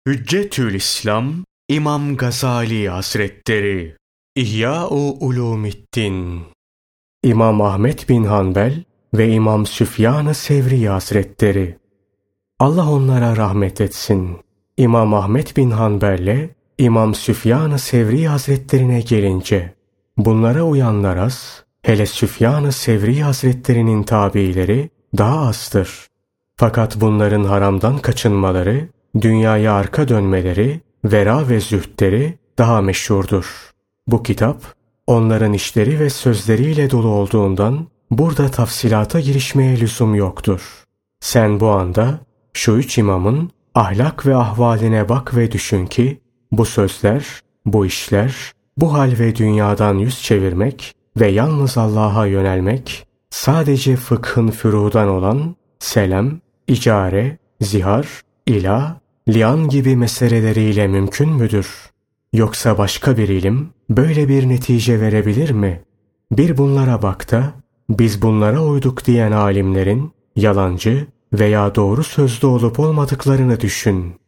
Hüccetül İslam İmam Gazali Hazretleri İhya-u Ulumiddin. İmam Ahmed bin Hanbel ve İmam Süfyan-ı Sevri Hazretleri, Allah onlara rahmet etsin. İmam Ahmed bin Hanbel'le İmam Süfyan-ı Sevri Hazretlerine gelince, bunlara uyanlar az, hele Süfyan-ı Sevri Hazretlerinin tabiileri daha azdır. Fakat bunların haramdan kaçınmaları, dünyaya arka dönmeleri, vera ve zühdleri daha meşhurdur. Bu kitap, onların işleri ve sözleriyle dolu olduğundan burada tafsilata girişmeye lüzum yoktur. Sen bu anda şu üç imamın ahlak ve ahvaline bak ve düşün ki, bu sözler, bu işler, bu hal ve dünyadan yüz çevirmek ve yalnız Allah'a yönelmek, sadece fıkhın fürudan olan selam, icare, zihar, ilah, lian gibi meseleleriyle mümkün müdür? Yoksa başka bir ilim böyle bir netice verebilir mi? Bir bunlara bak da, biz bunlara uyduk diyen alimlerin yalancı veya doğru sözlü olup olmadıklarını düşün.